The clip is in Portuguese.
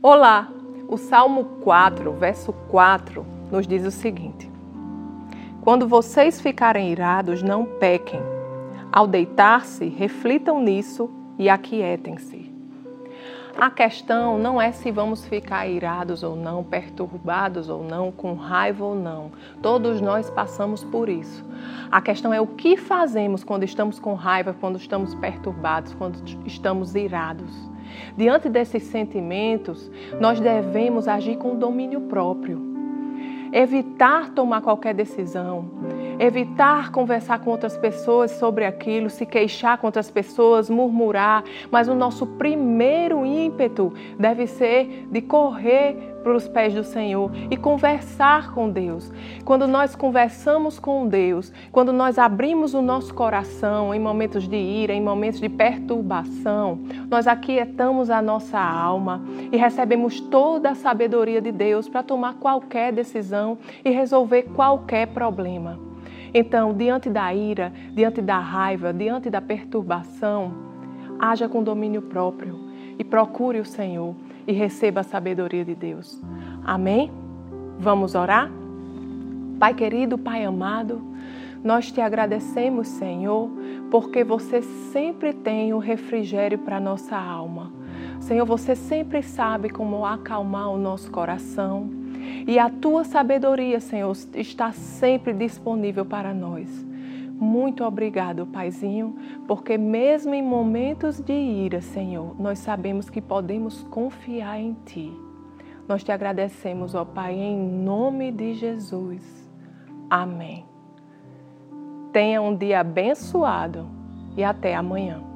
Olá! O Salmo 4, verso 4, nos diz o seguinte: quando vocês ficarem irados, não pequem. Ao deitar-se, reflitam nisso e aquietem-se. A questão não é se vamos ficar irados ou não, perturbados ou não, com raiva ou não. Todos nós passamos por isso. A questão é o que fazemos quando estamos com raiva, quando estamos perturbados, quando estamos irados. Diante desses sentimentos, nós devemos agir com domínio próprio. Evitar tomar qualquer decisão, evitar conversar com outras pessoas sobre aquilo, se queixar com outras pessoas, murmurar, mas o nosso primeiro ímpeto deve ser de correr para os pés do Senhor e conversar com Deus. Quando nós conversamos com Deus, quando nós abrimos o nosso coração em momentos de ira, em momentos de perturbação, nós aquietamos a nossa alma e recebemos toda a sabedoria de Deus para tomar qualquer decisão e resolver qualquer problema. Então, diante da ira, diante da raiva, diante da perturbação, haja com domínio próprio e procure o Senhor e receba a sabedoria de Deus. Amém? Vamos orar? Pai querido, Pai amado, nós te agradecemos, Senhor, porque você sempre tem o refrigério para a nossa alma. Senhor, você sempre sabe como acalmar o nosso coração. E a tua sabedoria, Senhor, está sempre disponível para nós. Muito obrigado, Paizinho, porque mesmo em momentos de ira, Senhor, nós sabemos que podemos confiar em Ti. Nós te agradecemos, ó Pai, em nome de Jesus. Amém. Tenha um dia abençoado e até amanhã.